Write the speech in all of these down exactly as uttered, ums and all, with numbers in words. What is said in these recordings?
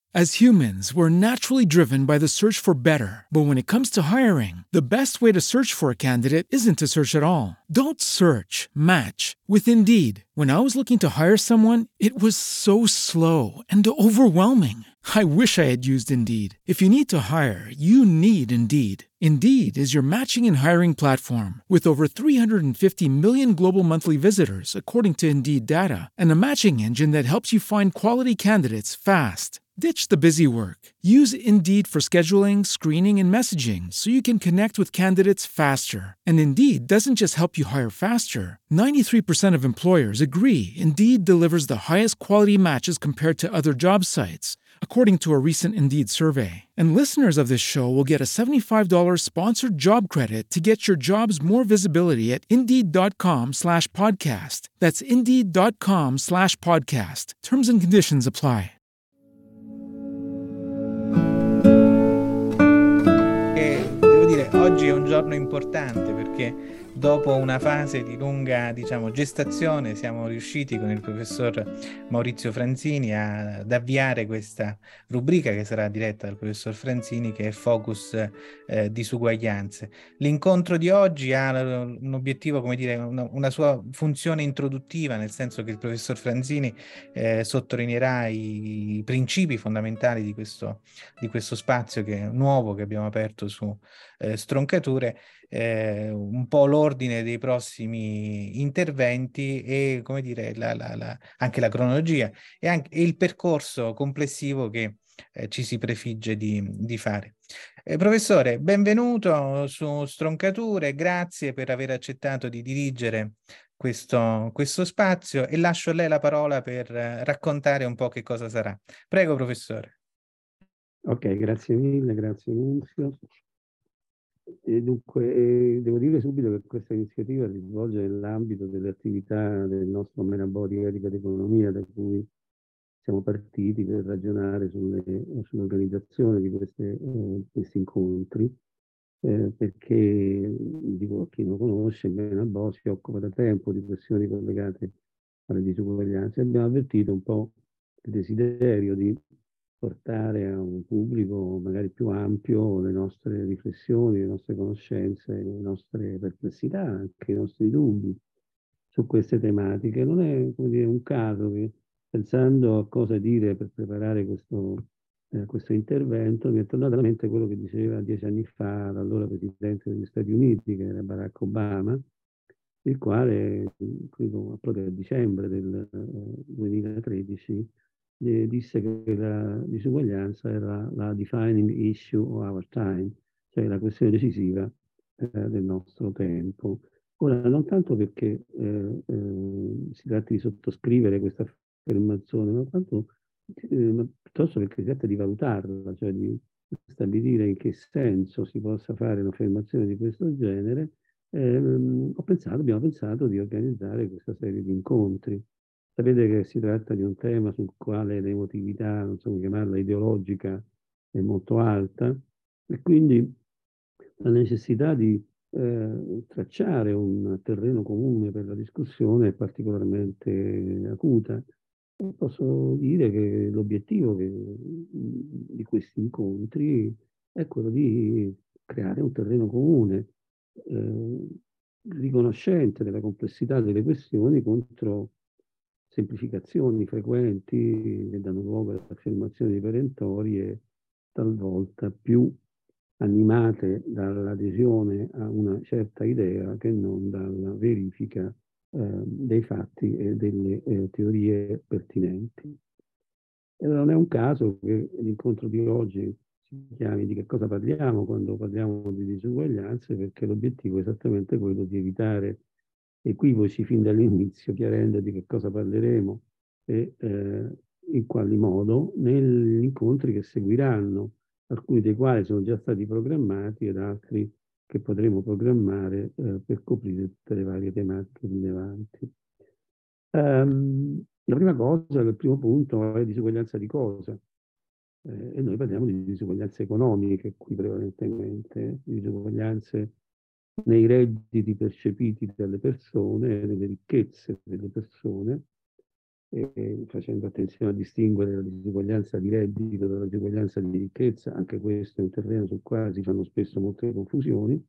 As humans, we're naturally driven by the search for better. But when it comes to hiring, the best way to search for a candidate isn't to search at all. Don't search, match with Indeed. When I was looking to hire someone, it was so slow and overwhelming. I wish I had used Indeed. If you need to hire, you need Indeed. Indeed is your matching and hiring platform with over three hundred fifty million global monthly visitors, according to Indeed data, and a matching engine that helps you find quality candidates fast. Ditch the busy work. Use Indeed for scheduling, screening, and messaging so you can connect with candidates faster. And Indeed doesn't just help you hire faster. ninety-three percent of employers agree Indeed delivers the highest quality matches compared to other job sites, according to a recent Indeed survey. And listeners of this show will get a seventy-five dollars sponsored job credit to get your jobs more visibility at Indeed.com slash podcast. That's Indeed.com slash podcast. Terms and conditions apply. E devo dire, oggi è un giorno importante perché dopo una fase di lunga, diciamo, gestazione siamo riusciti con il professor Maurizio Franzini a- ad avviare questa rubrica che sarà diretta dal professor Franzini, che è Focus eh, Disuguaglianze. L'incontro di oggi ha l- un obiettivo, come dire, una, una sua funzione introduttiva, nel senso che il professor Franzini eh, sottolineerà i, i principi fondamentali di questo, di questo spazio che, nuovo che abbiamo aperto su eh, Stroncature, eh, un po' l'ordine dei prossimi interventi e, come dire, la, la, la, anche la cronologia e anche e il percorso complessivo che eh, ci si prefigge di, di fare. Eh, professore, benvenuto su Stroncature, grazie per aver accettato di dirigere questo, questo spazio e lascio a lei la parola per eh, raccontare un po' che cosa sarà. Prego, professore. Ok, grazie mille, grazie Nunzio. E dunque, eh, devo dire subito che questa iniziativa si svolge nell'ambito delle attività del nostro Menabodi Etica d'Economia, da cui siamo partiti per ragionare sulle- sull'organizzazione di queste, eh, questi incontri, eh, perché, dico a chi non conosce, Menabò si occupa da tempo di questioni collegate alle disuguaglianze. Abbiamo avvertito un po' il desiderio di portare a un pubblico magari più ampio le nostre riflessioni, le nostre conoscenze, le nostre perplessità, anche i nostri dubbi su queste tematiche. Non è, come dire, un caso che, pensando a cosa dire per preparare questo, eh, questo intervento, mi è tornato alla mente quello che diceva dieci anni fa l'allora Presidente degli Stati Uniti, che era Barack Obama, il quale, credo, proprio a dicembre del eh, duemilatredici, eh, disse che la disuguaglianza era la defining issue of our time, cioè la questione decisiva eh, del nostro tempo. Ora, non tanto perché eh, eh, si tratti di sottoscrivere questa affermazione, ma, quanto, eh, ma piuttosto perché si tratta di valutarla, cioè di stabilire in che senso si possa fare un'affermazione di questo genere. Ehm, ho pensato, abbiamo pensato di organizzare questa serie di incontri. Sapete che si tratta di un tema sul quale l'emotività, non so come chiamarla, ideologica, è molto alta, e quindi la necessità di eh, tracciare un terreno comune per la discussione è particolarmente acuta. E posso dire che l'obiettivo che- di questi incontri è quello di creare un terreno comune, eh, riconoscente della complessità delle questioni contro semplificazioni frequenti che danno luogo ad affermazioni perentorie, talvolta più animate dall'adesione a una certa idea che non dalla verifica eh, dei fatti e delle eh, teorie pertinenti. E non è un caso che l'incontro di oggi si chiami di che cosa parliamo quando parliamo di disuguaglianze, perché l'obiettivo è esattamente quello di evitare equivoci fin dall'inizio, chiarendo di che cosa parleremo e eh, in quali modo negli incontri che seguiranno, alcuni dei quali sono già stati programmati ed altri che potremo programmare eh, per coprire tutte le varie tematiche rilevanti. Ehm, la prima cosa, il primo punto è disuguaglianza di cosa? Eh, e noi parliamo di disuguaglianze economiche qui prevalentemente, di disuguaglianze nei redditi percepiti dalle persone, nelle ricchezze delle persone, eh, facendo attenzione a distinguere la disuguaglianza di reddito dalla disuguaglianza di ricchezza. Anche questo è un terreno sul quale si fanno spesso molte confusioni,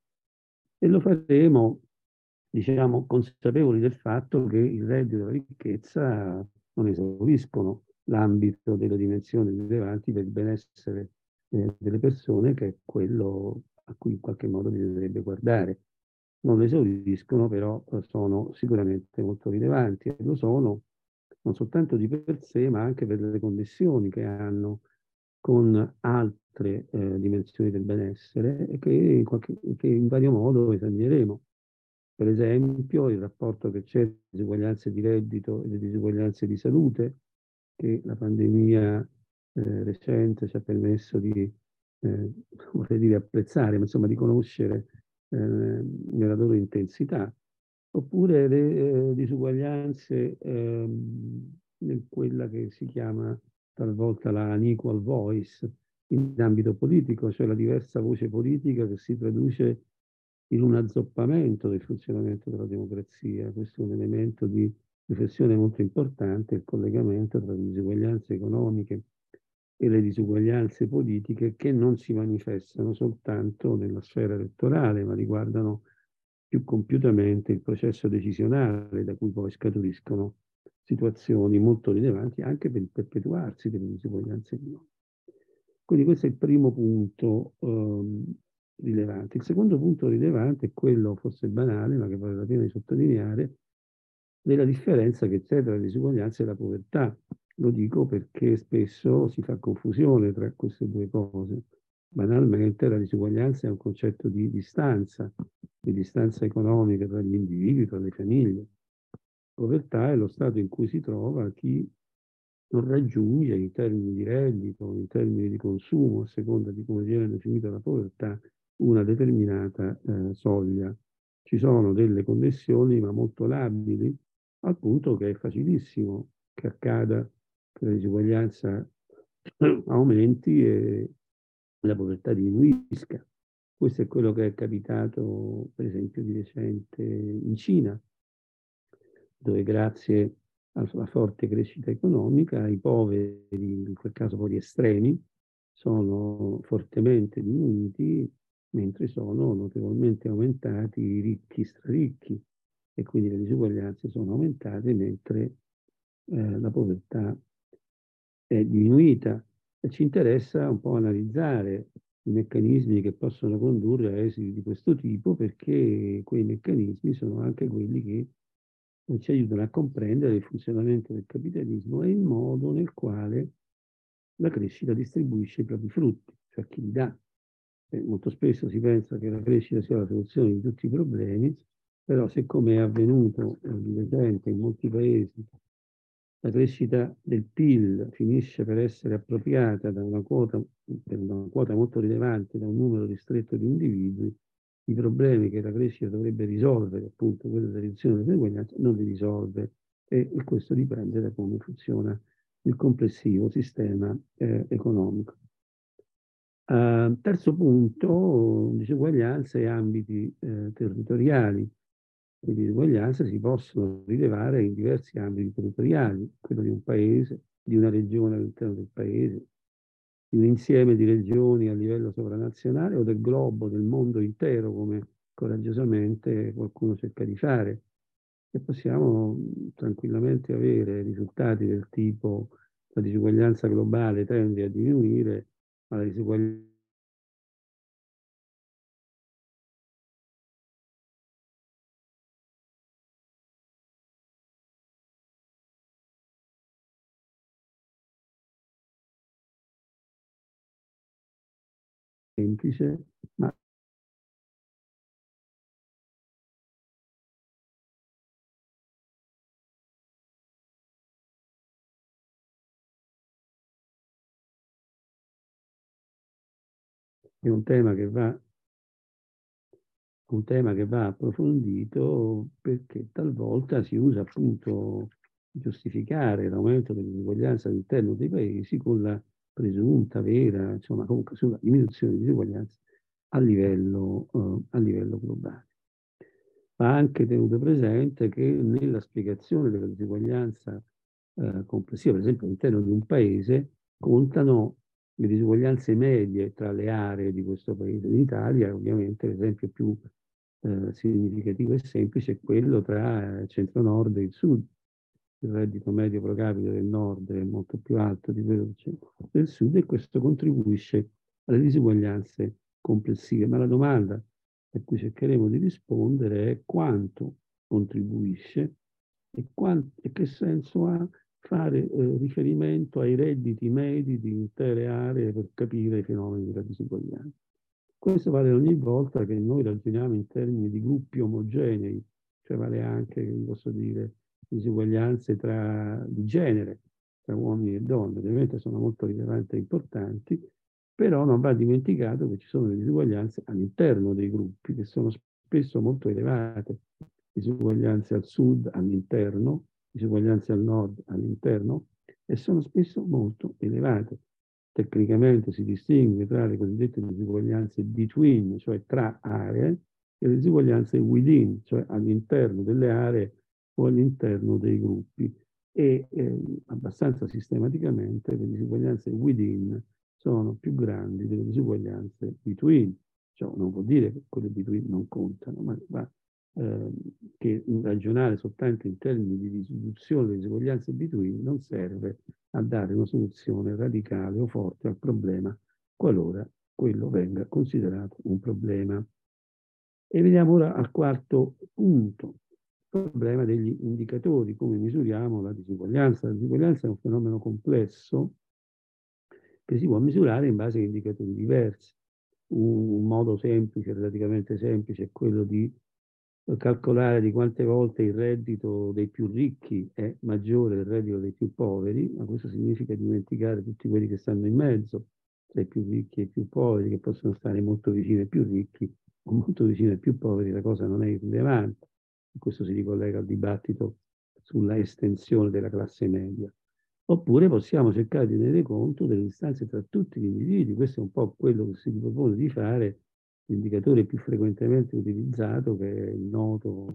e lo faremo, diciamo, consapevoli del fatto che il reddito e la ricchezza non esauriscono l'ambito delle dimensioni rilevanti per il benessere eh, delle persone, che è quello a cui in qualche modo bisognerebbe guardare. Non lo esauriscono, però sono sicuramente molto rilevanti, e lo sono non soltanto di per sé, ma anche per le connessioni che hanno con altre eh, dimensioni del benessere, e che in, qualche, che in vario modo esamineremo. Per esempio, il rapporto che c'è tra disuguaglianze di reddito e le disuguaglianze di salute, che la pandemia eh, recente ci ha permesso di, eh, vorrei dire, apprezzare, ma insomma di conoscere eh, nella loro intensità. Oppure le eh, disuguaglianze ehm, in quella che si chiama talvolta la unequal voice in ambito politico, cioè la diversa voce politica che si traduce in un azzoppamento del funzionamento della democrazia. Questo è un elemento di riflessione molto importante, il collegamento tra le disuguaglianze economiche e le disuguaglianze politiche, che non si manifestano soltanto nella sfera elettorale, ma riguardano più compiutamente il processo decisionale, da cui poi scaturiscono situazioni molto rilevanti anche per il perpetuarsi delle disuguaglianze economiche. Quindi questo è il primo punto ehm, rilevante. Il secondo punto rilevante è quello forse banale, ma che vale la pena di sottolineare, della differenza che c'è tra la disuguaglianza e la povertà. Lo dico perché spesso si fa confusione tra queste due cose. Banalmente la disuguaglianza è un concetto di distanza, di distanza economica tra gli individui, tra le famiglie. Povertà è lo stato in cui si trova chi non raggiunge in termini di reddito, in termini di consumo, a seconda di come viene definita la povertà, una determinata eh, soglia. Ci sono delle connessioni, ma molto labili, al punto che è facilissimo che accada che la disuguaglianza aumenti e la povertà diminuisca. Questo è quello che è capitato, per esempio, di recente in Cina, dove grazie alla forte crescita economica i poveri, in quel caso poi estremi, sono fortemente diminuiti, mentre sono notevolmente aumentati i ricchi straricchi, e quindi le disuguaglianze sono aumentate mentre eh, la povertà è diminuita. E ci interessa un po' analizzare i meccanismi che possono condurre a esiti di questo tipo, perché quei meccanismi sono anche quelli che ci aiutano a comprendere il funzionamento del capitalismo e il modo nel quale la crescita distribuisce i propri frutti, cioè chi li dà. E molto spesso si pensa che la crescita sia la soluzione di tutti i problemi, però se, come è avvenuto di recente in molti paesi, la crescita del P I L finisce per essere appropriata da una quota, per una quota molto rilevante da un numero ristretto di individui, i problemi che la crescita dovrebbe risolvere, appunto quello della riduzione delle uguaglianze, non li risolve, e, e questo dipende da come funziona il complessivo sistema eh, economico. Uh, terzo punto, disuguaglianze e ambiti eh, territoriali. Le disuguaglianze si possono rilevare in diversi ambiti territoriali, quello di un paese, di una regione all'interno del paese, di un insieme di regioni a livello sovranazionale o del globo, del mondo intero, come coraggiosamente qualcuno cerca di fare. E possiamo tranquillamente avere risultati del tipo: la disuguaglianza globale tende a diminuire, ma la disuguaglianza semplice, ma è un tema che va, un tema che va approfondito, perché talvolta si usa appunto giustificare l'aumento delle disuguaglianze all'interno dei paesi con la presunta vera, insomma, comunque sulla diminuzione di disuguaglianze a livello, eh, a livello globale. Va anche tenuto presente che nella spiegazione della disuguaglianza eh, complessiva. Per esempio, all'interno di un paese contano le disuguaglianze medie tra le aree di questo paese. In Italia, ovviamente, l'esempio più eh, significativo e semplice è quello tra il centro-nord e il sud. Il reddito medio pro capite del nord è molto più alto di quello del centro del sud e questo contribuisce alle disuguaglianze complessive. Ma la domanda a cui cercheremo di rispondere è quanto contribuisce e, quant- e che senso ha fare eh, riferimento ai redditi medi di intere aree per capire i fenomeni della disuguaglianza. Questo vale ogni volta che noi ragioniamo in termini di gruppi omogenei, cioè vale anche, posso dire, disuguaglianze tra, di genere, tra uomini e donne. Ovviamente sono molto rilevanti e importanti, però non va dimenticato che ci sono le disuguaglianze all'interno dei gruppi, che sono spesso molto elevate. Disuguaglianze al sud, all'interno, disuguaglianze al nord, all'interno, e sono spesso molto elevate. Tecnicamente si distingue tra le cosiddette disuguaglianze between, cioè tra aree, e le disuguaglianze within, cioè all'interno delle aree o all'interno dei gruppi. E eh, abbastanza sistematicamente le disuguaglianze within sono più grandi delle disuguaglianze between. Ciò non vuol dire che quelle between non contano, ma, ma eh, che ragionare soltanto in termini di risoluzione delle disuguaglianze between non serve a dare una soluzione radicale o forte al problema, qualora quello venga considerato un problema. E veniamo ora al quarto punto, il problema degli indicatori, come misuriamo la disuguaglianza. La disuguaglianza è un fenomeno complesso che si può misurare in base a indicatori diversi. Un modo semplice, relativamente semplice, è quello di calcolare di quante volte il reddito dei più ricchi è maggiore del reddito dei più poveri, ma questo significa dimenticare tutti quelli che stanno in mezzo, tra i più ricchi e i più poveri, che possono stare molto vicini ai più ricchi o molto vicini ai più poveri, la cosa non è irrilevante. Questo si ricollega al dibattito sulla estensione della classe media. Oppure possiamo cercare di tenere conto delle distanze tra tutti gli individui, questo è un po' quello che si propone di fare. L'indicatore più frequentemente utilizzato, che è il noto,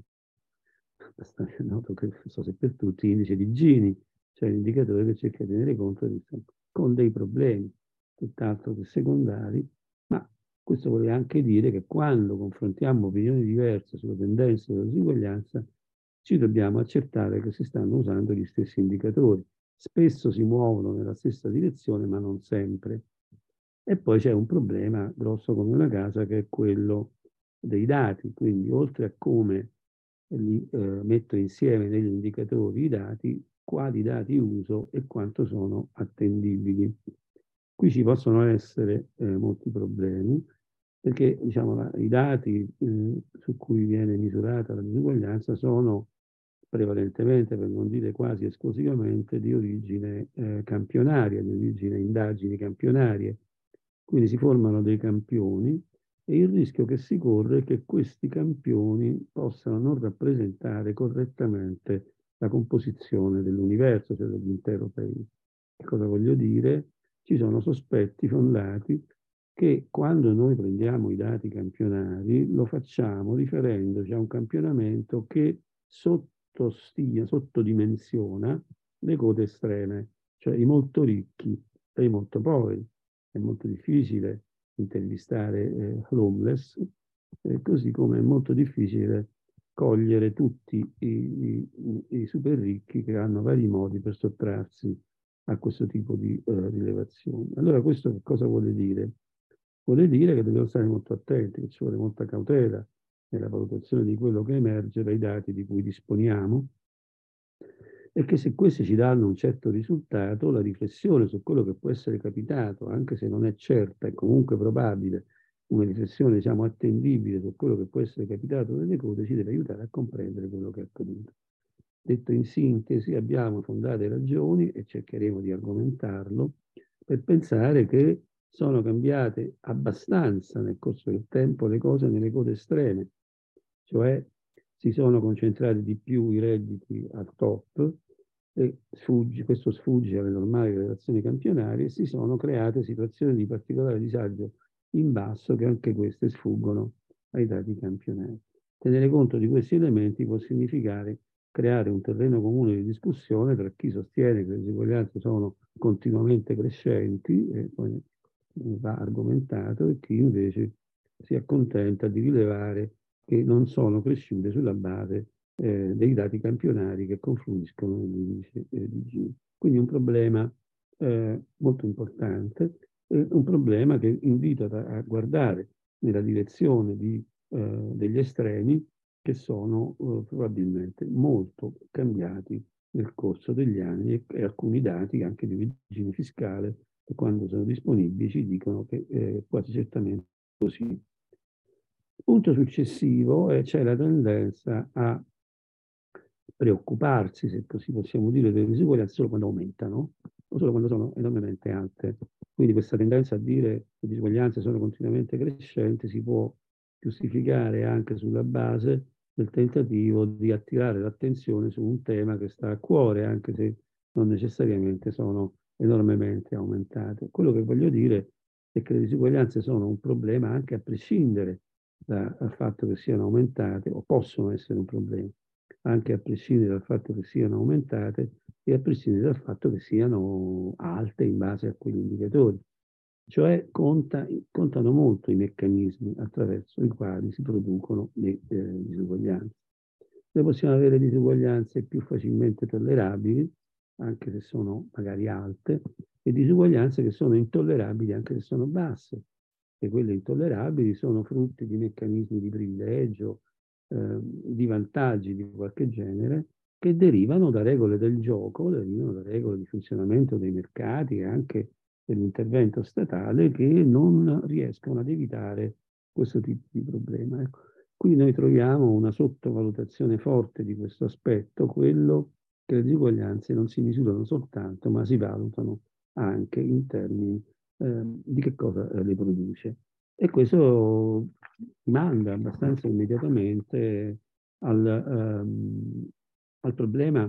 abbastanza noto, che non so se per tutti, l'indice di Gini, cioè l'indicatore che cerca di tenere conto di, con dei problemi, tutt'altro che secondari, ma questo vuole anche dire che quando confrontiamo opinioni diverse sulle tendenze della disuguaglianza, ci dobbiamo accertare che si stanno usando gli stessi indicatori. Spesso si muovono nella stessa direzione, ma non sempre. E poi c'è un problema grosso come una casa, che è quello dei dati. Quindi, oltre a come li eh, metto insieme negli indicatori i dati, quali dati uso e quanto sono attendibili. Qui ci possono essere eh, molti problemi, perché diciamo, la, i dati eh, su cui viene misurata la disuguaglianza sono prevalentemente, per non dire quasi esclusivamente, di origine eh, campionaria, di origine indagini campionarie. Quindi si formano dei campioni e il rischio che si corre è che questi campioni possano non rappresentare correttamente la composizione dell'universo, cioè dell'intero paese. Che cosa voglio dire? Ci sono sospetti fondati che quando noi prendiamo i dati campionari lo facciamo riferendoci a un campionamento che sottostia, sottodimensiona le code estreme, cioè i molto ricchi e i molto poveri. È molto difficile intervistare eh, l'homeless, eh, così come è molto difficile cogliere tutti i, i, i super ricchi che hanno vari modi per sottrarsi a questo tipo di eh, rilevazioni. Allora questo che cosa vuole dire? Vuole dire che dobbiamo stare molto attenti, che ci vuole molta cautela nella valutazione di quello che emerge dai dati di cui disponiamo, e che se questi ci danno un certo risultato, la riflessione su quello che può essere capitato, anche se non è certa, è comunque probabile, una riflessione diciamo attendibile su quello che può essere capitato nelle code, ci deve aiutare a comprendere quello che è accaduto. Detto in sintesi, abbiamo fondate ragioni, e cercheremo di argomentarlo, per pensare che sono cambiate abbastanza nel corso del tempo le cose nelle code estreme, cioè si sono concentrati di più i redditi al top, e sfugge, questo sfugge alle normali relazioni campionarie, e si sono create situazioni di particolare disagio in basso, che anche queste sfuggono ai dati campionari. Tenere conto di questi elementi può significare creare un terreno comune di discussione tra chi sostiene che le disuguaglianze sono continuamente crescenti, e poi va argomentato, e chi invece si accontenta di rilevare che non sono cresciute sulla base eh, dei dati campionari che confluiscono nell'indice eh, di Gini. Quindi un problema eh, molto importante, eh, un problema che invita a, a guardare nella direzione di, eh, degli estremi che sono eh, probabilmente molto cambiati nel corso degli anni, e, e alcuni dati anche di origine fiscale, quando sono disponibili, ci dicono che eh, quasi certamente è così. Punto successivo, eh, c'è la tendenza a preoccuparsi, se così possiamo dire, delle disuguaglianze solo quando aumentano o solo quando sono enormemente alte. Quindi questa tendenza a dire che le disuguaglianze sono continuamente crescenti si può giustificare anche sulla base del tentativo di attirare l'attenzione su un tema che sta a cuore, anche se non necessariamente sono enormemente aumentate. Quello che voglio dire è che le disuguaglianze sono un problema anche a prescindere da, dal fatto che siano aumentate, o possono essere un problema, anche a prescindere dal fatto che siano aumentate e a prescindere dal fatto che siano alte in base a quegli indicatori. Cioè conta, contano molto i meccanismi attraverso i quali si producono le eh, disuguaglianze. Noi possiamo avere disuguaglianze più facilmente tollerabili, anche se sono magari alte, e disuguaglianze che sono intollerabili anche se sono basse. E quelle intollerabili sono frutti di meccanismi di privilegio, eh, di vantaggi di qualche genere, che derivano da regole del gioco, derivano da regole di funzionamento dei mercati e anche dell'intervento statale, che non riescono ad evitare questo tipo di problema. Ecco. Qui noi troviamo una sottovalutazione forte di questo aspetto, quello che le disuguaglianze non si misurano soltanto, ma si valutano anche in termini eh, di che cosa eh, le produce. E questo manda abbastanza immediatamente al, ehm, al problema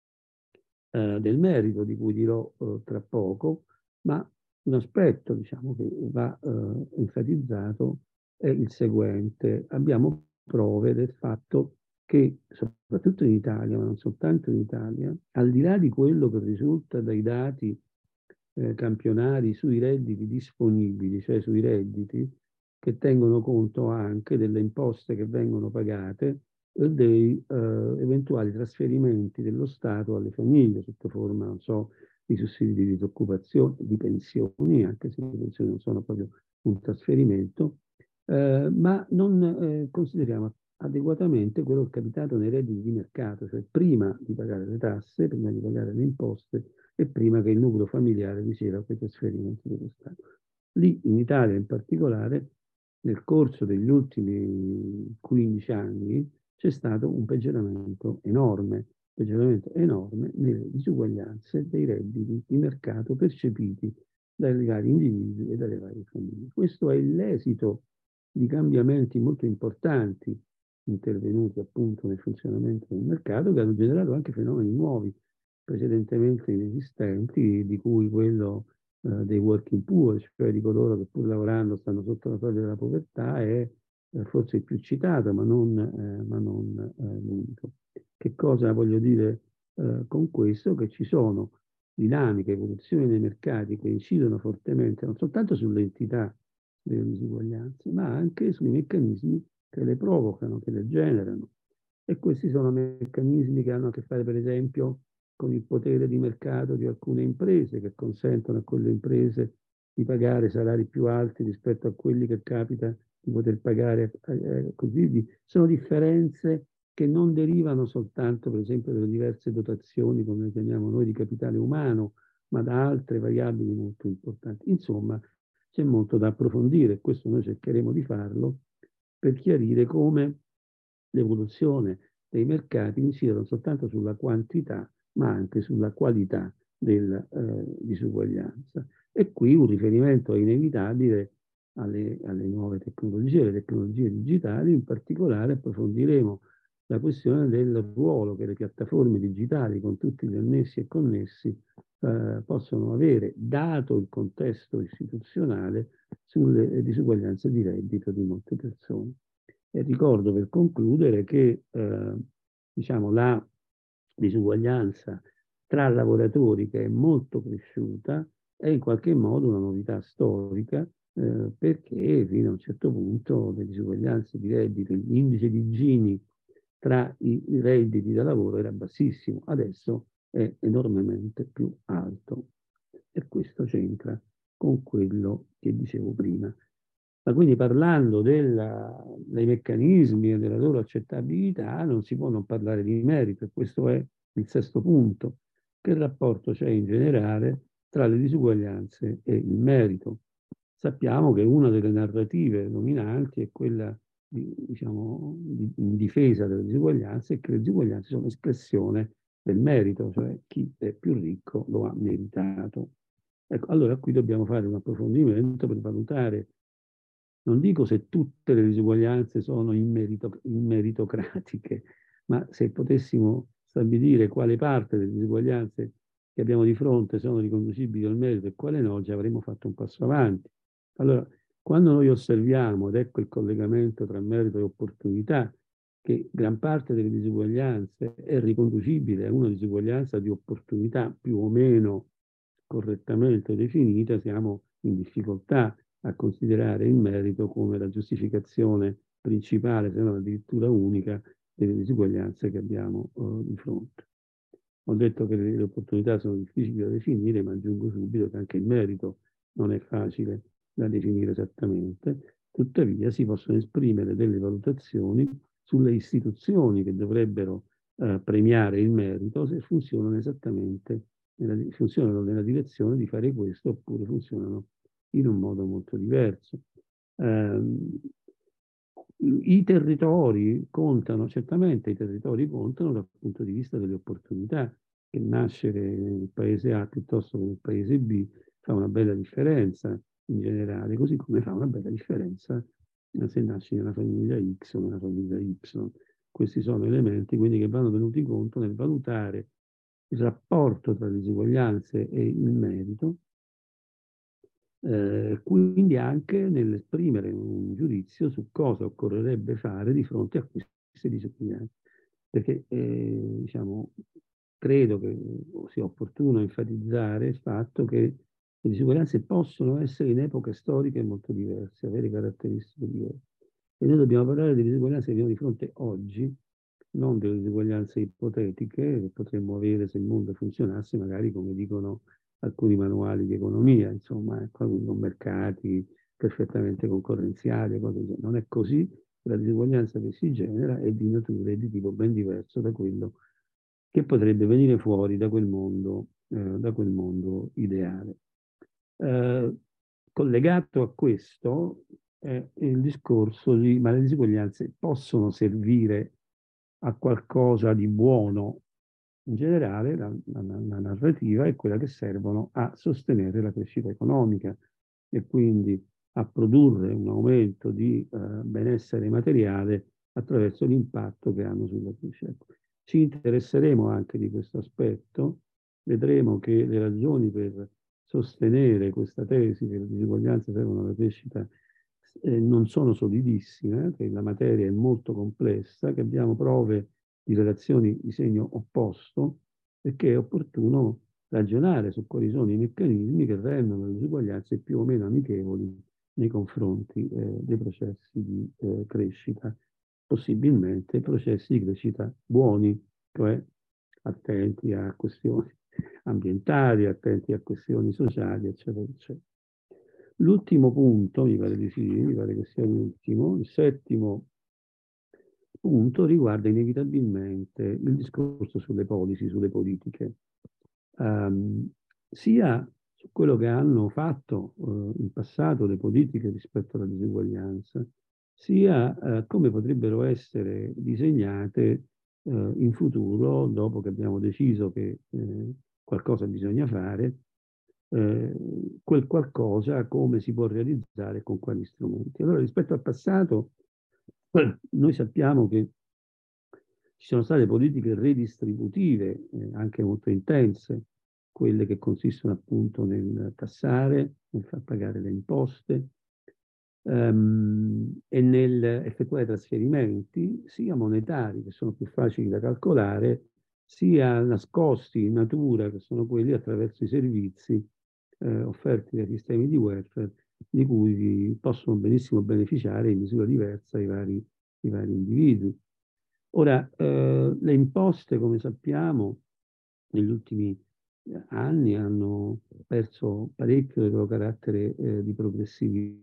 eh, del merito, di cui dirò eh, tra poco, ma un aspetto, diciamo, che va eh, enfatizzato è il seguente. Abbiamo prove del fatto che, soprattutto in Italia, ma non soltanto in Italia, al di là di quello che risulta dai dati eh, campionari sui redditi disponibili, cioè sui redditi che tengono conto anche delle imposte che vengono pagate e dei eh, eventuali trasferimenti dello Stato alle famiglie sotto forma, non so, di sussidi di disoccupazione, di pensioni, anche se le pensioni non sono proprio un trasferimento, eh, ma non eh, consideriamo adeguatamente quello che è capitato nei redditi di mercato, cioè prima di pagare le tasse, prima di pagare le imposte e prima che il nucleo familiare riceva quei trasferimenti dello Stato. Lì, in Italia in particolare, nel corso degli ultimi quindici anni c'è stato un peggioramento enorme, peggioramento enorme nelle disuguaglianze dei redditi di mercato percepiti dai vari individui e dalle varie famiglie. Questo è l'esito di cambiamenti molto importanti intervenuti appunto nel funzionamento del mercato, che hanno generato anche fenomeni nuovi, precedentemente inesistenti, di cui quello eh, dei working poor, cioè di coloro che pur lavorando stanno sotto la soglia della povertà, è eh, forse il più citato, ma non, eh, ma non eh, l'unico. Che cosa voglio dire eh, con questo? Che ci sono dinamiche, evoluzioni dei mercati che incidono fortemente non soltanto sull'entità delle disuguaglianze, ma anche sui meccanismi che le provocano, che le generano. E questi sono meccanismi che hanno a che fare, per esempio, con il potere di mercato di alcune imprese, che consentono a quelle imprese di pagare salari più alti rispetto a quelli che capita di poter pagare eh, così. Sono differenze che non derivano soltanto, per esempio, dalle diverse dotazioni, come le chiamiamo noi, di capitale umano, ma da altre variabili molto importanti. Insomma, c'è molto da approfondire e questo noi cercheremo di farlo per chiarire come l'evoluzione dei mercati incida non soltanto sulla quantità, ma anche sulla qualità della eh, disuguaglianza. E qui un riferimento è inevitabile alle, alle nuove tecnologie, alle tecnologie digitali. In particolare approfondiremo la questione del ruolo che le piattaforme digitali, con tutti gli annessi e connessi, eh, possono avere, dato il contesto istituzionale, sulle disuguaglianze di reddito di molte persone. E ricordo, per concludere, che eh, diciamo, la disuguaglianza tra lavoratori che è molto cresciuta, è in qualche modo una novità storica, eh, perché fino a un certo punto le disuguaglianze di reddito, l'indice di Gini tra i redditi da lavoro era bassissimo, adesso è enormemente più alto. E questo c'entra con quello che dicevo prima. Ma quindi parlando della, dei meccanismi e della loro accettabilità non si può non parlare di merito, e questo è il sesto punto. Che rapporto c'è in generale tra le disuguaglianze e il merito? Sappiamo che una delle narrative dominanti è quella di, diciamo, di, in difesa delle disuguaglianze, e che le disuguaglianze sono espressione del merito, cioè chi è più ricco lo ha meritato. Ecco, allora qui dobbiamo fare un approfondimento per valutare, non dico se tutte le disuguaglianze sono immerito, immeritocratiche, ma se potessimo stabilire quale parte delle disuguaglianze che abbiamo di fronte sono riconducibili al merito e quale no, già avremmo fatto un passo avanti. Allora, quando noi osserviamo, ed ecco il collegamento tra merito e opportunità, che gran parte delle disuguaglianze è riconducibile a una disuguaglianza di opportunità più o meno correttamente definita, siamo in difficoltà a considerare il merito come la giustificazione principale, se non addirittura unica, delle disuguaglianze che abbiamo uh, di fronte. Ho detto che le, le opportunità sono difficili da definire, ma aggiungo subito che anche il merito non è facile da definire esattamente, tuttavia si possono esprimere delle valutazioni sulle istituzioni che dovrebbero uh, premiare il merito, se funzionano esattamente, nella, funzionano nella direzione di fare questo, oppure funzionano in un modo molto diverso. Eh, I territori contano, certamente i territori contano dal punto di vista delle opportunità, che nascere nel paese A piuttosto che nel paese B fa una bella differenza in generale, così come fa una bella differenza se nasci nella famiglia X o nella famiglia Y. Questi sono elementi quindi che vanno tenuti in conto nel valutare il rapporto tra le disuguaglianze e il merito, eh, quindi anche nell'esprimere un giudizio su cosa occorrerebbe fare di fronte a queste disuguaglianze. Perché eh, diciamo, credo che sia opportuno enfatizzare il fatto che le disuguaglianze possono essere in epoche storiche molto diverse, avere caratteristiche diverse. E noi dobbiamo parlare di disuguaglianze che abbiamo di fronte oggi, non delle disuguaglianze ipotetiche che potremmo avere se il mondo funzionasse, magari come dicono alcuni manuali di economia, insomma, ecco, con mercati perfettamente concorrenziali, cose del genere. Non è così, la disuguaglianza che si genera è di natura e di tipo ben diverso da quello che potrebbe venire fuori da quel mondo, eh, da quel mondo ideale. Eh, collegato a questo è il discorso di ma le disuguaglianze possono servire a qualcosa di buono. In generale la, la, la narrativa è quella che servono a sostenere la crescita economica e quindi a produrre un aumento di eh, benessere materiale attraverso l'impatto che hanno sulla crescita. Ci interesseremo anche di questo aspetto, vedremo che le ragioni per sostenere questa tesi che le disuguaglianze servono alla crescita eh, non sono solidissime, che la materia è molto complessa, che abbiamo prove di relazioni di segno opposto, e che è opportuno ragionare su quali sono i meccanismi che rendono le disuguaglianze più o meno amichevoli nei confronti eh, dei processi di eh, crescita, possibilmente processi di crescita buoni, cioè attenti a questioni ambientali, attenti a questioni sociali, eccetera, eccetera. L'ultimo punto, mi pare di sì, mi pare che sia l'ultimo, il settimo punto riguarda inevitabilmente il discorso sulle policy, sulle politiche, um, sia su quello che hanno fatto uh, in passato le politiche rispetto alla disuguaglianza, sia uh, come potrebbero essere disegnate uh, in futuro, dopo che abbiamo deciso che eh, qualcosa bisogna fare, eh, quel qualcosa come si può realizzare e con quali strumenti. Allora, rispetto al passato, noi sappiamo che ci sono state politiche redistributive, eh, anche molto intense, quelle che consistono appunto nel tassare, nel far pagare le imposte ehm, e nel effettuare trasferimenti sia monetari, che sono più facili da calcolare, sia nascosti in natura, che sono quelli attraverso i servizi eh, offerti dai sistemi di welfare, di cui possono benissimo beneficiare in misura diversa i vari, i vari individui. Ora, eh, le imposte, come sappiamo, negli ultimi anni hanno perso parecchio del loro carattere eh, di progressività.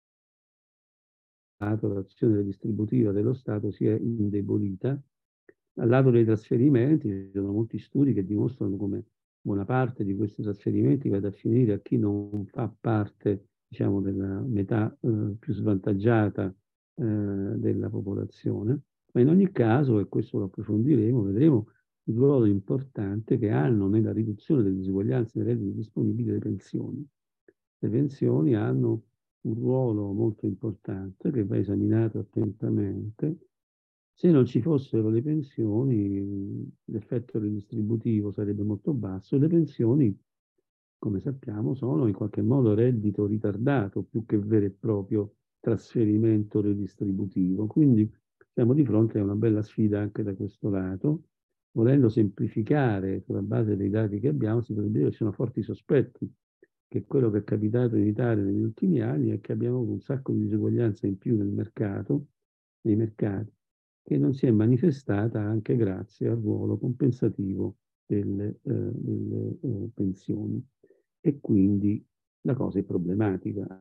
L'azione redistributiva dello Stato si è indebolita. Al lato dei trasferimenti ci sono molti studi che dimostrano come buona parte di questi trasferimenti vada a finire a chi non fa parte, diciamo, della metà eh, più svantaggiata eh, della popolazione. Ma in ogni caso, e questo lo approfondiremo, vedremo il ruolo importante che hanno nella riduzione delle disuguaglianze nei redditi disponibili le pensioni. Le pensioni hanno un ruolo molto importante che va esaminato attentamente. Se non ci fossero le pensioni, l'effetto redistributivo sarebbe molto basso. Le pensioni, come sappiamo, sono in qualche modo reddito ritardato più che vero e proprio trasferimento redistributivo. Quindi siamo di fronte a una bella sfida anche da questo lato. Volendo semplificare sulla base dei dati che abbiamo, si potrebbe dire che ci sono forti sospetti che quello che è capitato in Italia negli ultimi anni è che abbiamo avuto un sacco di disuguaglianza in più nel mercato, nei mercati, che non si è manifestata anche grazie al ruolo compensativo delle, eh, delle eh, pensioni. E quindi la cosa è problematica.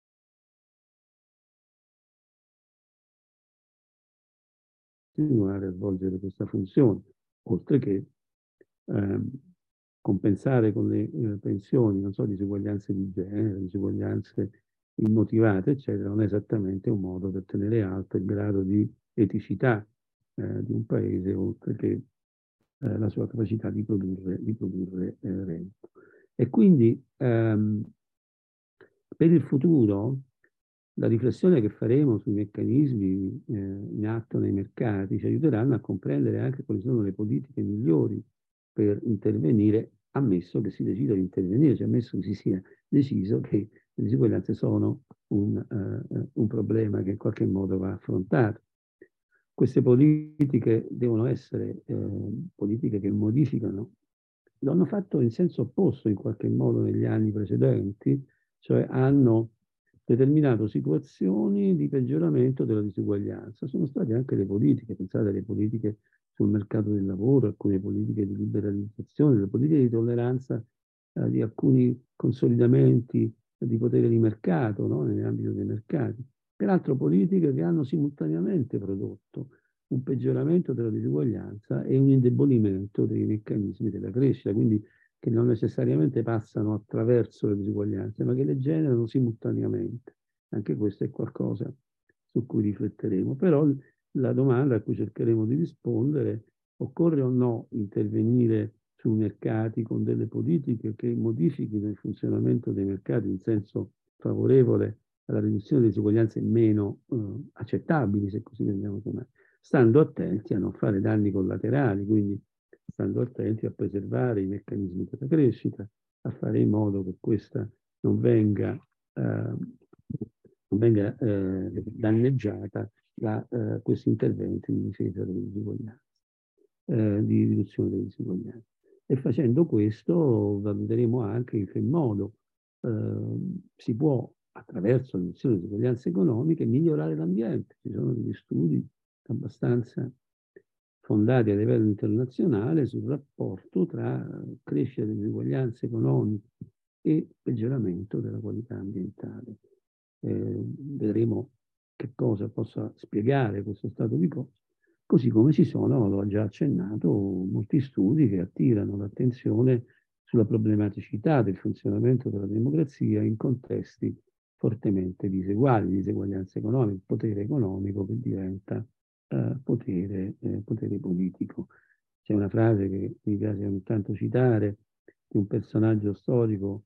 Continuare a svolgere questa funzione, oltre che ehm, compensare con le eh, pensioni, non so, disuguaglianze di genere, disuguaglianze immotivate, eccetera, non è esattamente un modo per tenere alto il grado di eticità eh, di un paese, oltre che eh, la sua capacità di produrre, di produrre eh, reddito. E quindi ehm, per il futuro la riflessione che faremo sui meccanismi eh, in atto nei mercati ci aiuteranno a comprendere anche quali sono le politiche migliori per intervenire, ammesso che si decida di intervenire, cioè ammesso che si sia deciso che le disuguaglianze sono un, uh, un problema che in qualche modo va affrontato. Queste politiche devono essere eh, politiche che modificano. Lo hanno fatto in senso opposto in qualche modo negli anni precedenti, cioè hanno determinato situazioni di peggioramento della disuguaglianza. Sono state anche le politiche, pensate alle politiche sul mercato del lavoro, alcune politiche di liberalizzazione, le politiche di tolleranza eh, di alcuni consolidamenti di potere di mercato, no? Nell'ambito dei mercati. Peraltro politiche che hanno simultaneamente prodotto un peggioramento della disuguaglianza e un indebolimento dei meccanismi della crescita, quindi che non necessariamente passano attraverso le disuguaglianze, ma che le generano simultaneamente. Anche questo è qualcosa su cui rifletteremo. Però la domanda a cui cercheremo di rispondere: occorre o no intervenire sui mercati con delle politiche che modifichino il funzionamento dei mercati in senso favorevole alla riduzione delle disuguaglianze meno eh, accettabili, se così vogliamo chiamare, stando attenti a non fare danni collaterali, quindi stando attenti a preservare i meccanismi della crescita, a fare in modo che questa non venga, eh, non venga eh, danneggiata da eh, questi interventi di difesa delle disuguaglianze, eh, di riduzione delle disuguaglianze. E facendo questo valuteremo anche in che modo eh, si può, attraverso la riduzione delle disuguaglianze economiche, migliorare l'ambiente. Ci sono degli studi abbastanza fondati a livello internazionale sul rapporto tra crescita delle disuguaglianze economiche e peggioramento della qualità ambientale. Eh, vedremo che cosa possa spiegare questo stato di cose, così come ci sono, l'ho già accennato, molti studi che attirano l'attenzione sulla problematicità del funzionamento della democrazia in contesti fortemente diseguali, diseguaglianza economica, potere economico che diventa eh, potere, eh, potere politico. C'è una frase che mi piace ogni tanto citare di un personaggio storico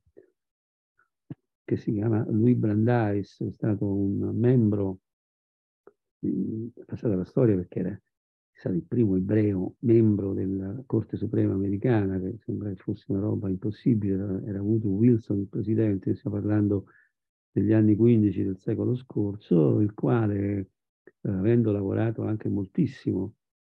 che si chiama Louis Brandeis, è stato un membro, è passata la storia perché era stato il primo ebreo membro della Corte Suprema americana, che sembra che fosse una roba impossibile, era, era avuto Wilson il presidente, stiamo parlando degli anni quindici del secolo scorso, il quale, eh, avendo lavorato anche moltissimo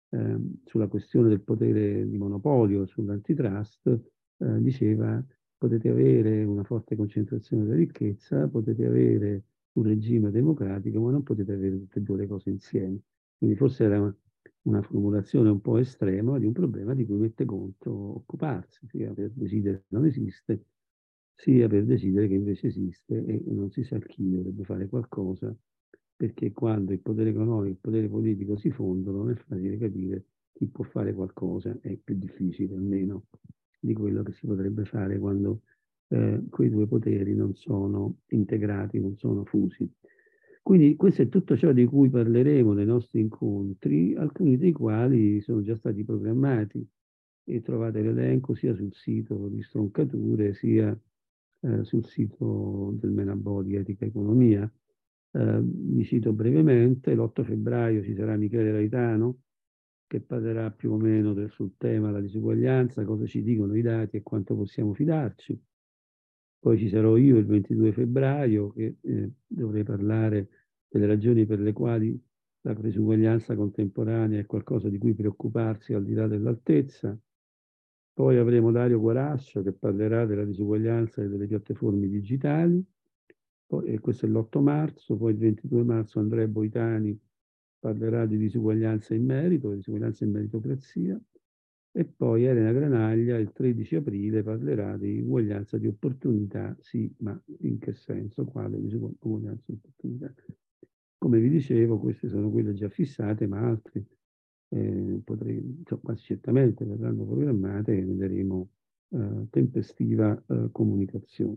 eh, sulla questione del potere di monopolio, sull'antitrust, eh, diceva potete avere una forte concentrazione della ricchezza, potete avere un regime democratico, ma non potete avere tutte e due le cose insieme. Quindi forse era una, una formulazione un po' estrema di un problema di cui mette conto occuparsi, sia per decidere che non esiste, sia per decidere che invece esiste e non si sa chi dovrebbe fare qualcosa, perché quando il potere economico e il potere politico si fondono non è facile capire chi può fare qualcosa, è più difficile almeno di quello che si potrebbe fare quando eh, quei due poteri non sono integrati, non sono fusi. Quindi questo è tutto ciò di cui parleremo nei nostri incontri, alcuni dei quali sono già stati programmati e trovate l'elenco sia sul sito di Stroncature sia eh, sul sito del Menabodi Etica e Economia. Eh, vi cito brevemente: l'otto febbraio ci sarà Michele Raitano, che parlerà più o meno del, sul tema della disuguaglianza, cosa ci dicono i dati e quanto possiamo fidarci. Poi ci sarò io il ventidue febbraio, che eh, dovrei parlare delle ragioni per le quali la disuguaglianza contemporanea è qualcosa di cui preoccuparsi al di là dell'altezza. Poi avremo Dario Guarascio, che parlerà della disuguaglianza e delle piattaforme digitali. Poi, e questo è l'otto marzo. Poi il ventidue marzo Andrea Boitani parlerà di disuguaglianza in merito, disuguaglianza in meritocrazia. E poi Elena Granaglia il tredici aprile parlerà di uguaglianza di opportunità, sì, ma in che senso, quale uguaglianza di opportunità? Come vi dicevo, queste sono quelle già fissate, ma altre eh, potrei, cioè, quasi certamente verranno programmate e vedremo eh, tempestiva eh, comunicazione.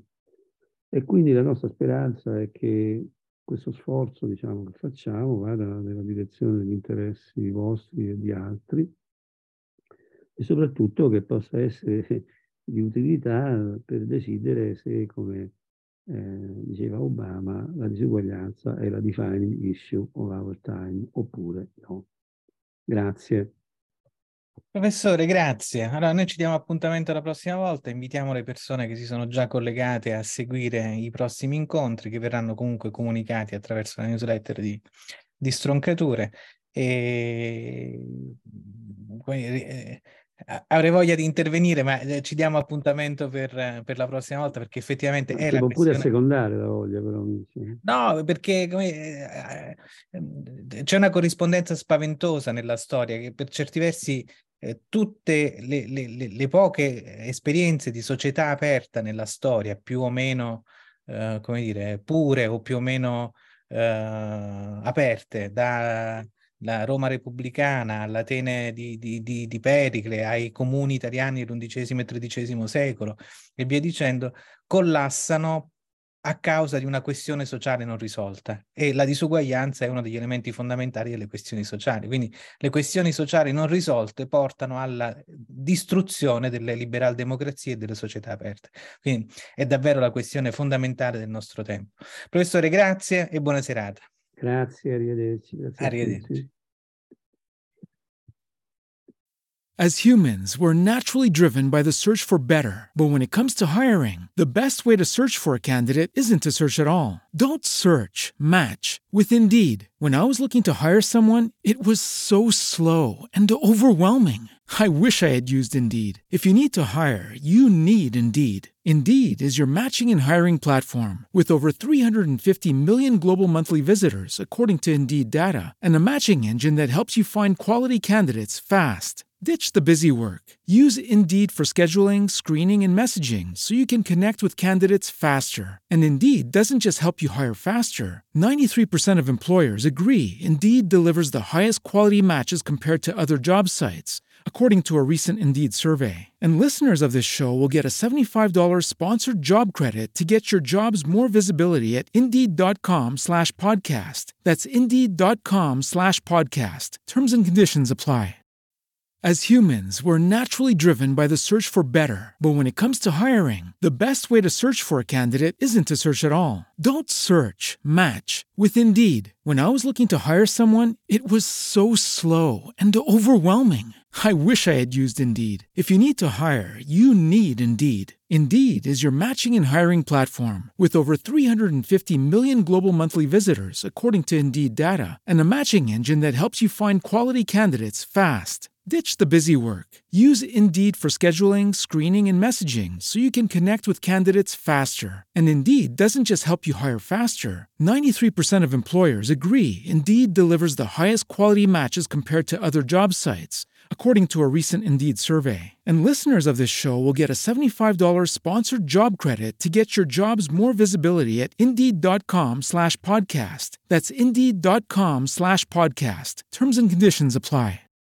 E quindi la nostra speranza è che questo sforzo, diciamo, che facciamo vada nella direzione degli interessi vostri e di altri, e soprattutto che possa essere di utilità per decidere se, come eh, diceva Obama, la disuguaglianza è la defining issue of our time oppure no. Grazie. Professore, grazie. Allora, noi ci diamo appuntamento la prossima volta, invitiamo le persone che si sono già collegate a seguire i prossimi incontri, che verranno comunque comunicati attraverso la newsletter di, di Stroncature. E eh, avrei voglia di intervenire, ma ci diamo appuntamento per, per la prossima volta, perché effettivamente è Si la può questione... pure assecondare la voglia, però. No, perché come, eh, eh, c'è una corrispondenza spaventosa nella storia, che per certi versi eh, tutte le, le, le poche esperienze di società aperta nella storia, più o meno, eh, come dire, pure o più o meno eh, aperte, da la Roma repubblicana all'Atene di, di, di, di Pericle, ai comuni italiani dell'undicesimo e tredicesimo secolo e via dicendo, collassano a causa di una questione sociale non risolta, e la disuguaglianza è uno degli elementi fondamentali delle questioni sociali. Quindi le questioni sociali non risolte portano alla distruzione delle liberal democrazie e delle società aperte. Quindi è davvero la questione fondamentale del nostro tempo. Professore, grazie e buona serata. Grazie, arrivederci. Grazie Arrivederci. a tutti. As humans, we're naturally driven by the search for better. But when it comes to hiring, the best way to search for a candidate isn't to search at all. Don't search, match with Indeed. When I was looking to hire someone, it was so slow and overwhelming. I wish I had used Indeed. If you need to hire, you need Indeed. Indeed is your matching and hiring platform with over three hundred fifty million global monthly visitors, according to Indeed data, and a matching engine that helps you find quality candidates fast. Ditch the busy work. Use Indeed for scheduling, screening, and messaging so you can connect with candidates faster. And Indeed doesn't just help you hire faster. ninety-three percent of employers agree Indeed delivers the highest quality matches compared to other job sites, according to a recent Indeed survey. And listeners of this show will get a seventy-five dollars sponsored job credit to get your jobs more visibility at Indeed.com slash podcast. That's Indeed.com slash podcast. Terms and conditions apply. As humans, we're naturally driven by the search for better. But when it comes to hiring, the best way to search for a candidate isn't to search at all. Don't search, match with Indeed. When I was looking to hire someone, it was so slow and overwhelming. I wish I had used Indeed. If you need to hire, you need Indeed. Indeed is your matching and hiring platform with over three hundred fifty million global monthly visitors, according to Indeed data, and a matching engine that helps you find quality candidates fast. Ditch the busy work. Use Indeed for scheduling, screening, and messaging so you can connect with candidates faster. And Indeed doesn't just help you hire faster. ninety-three percent of employers agree Indeed delivers the highest quality matches compared to other job sites, according to a recent Indeed survey. And listeners of this show will get a seventy-five dollars sponsored job credit to get your jobs more visibility at Indeed.com slash podcast. That's Indeed.com slash podcast. Terms and conditions apply.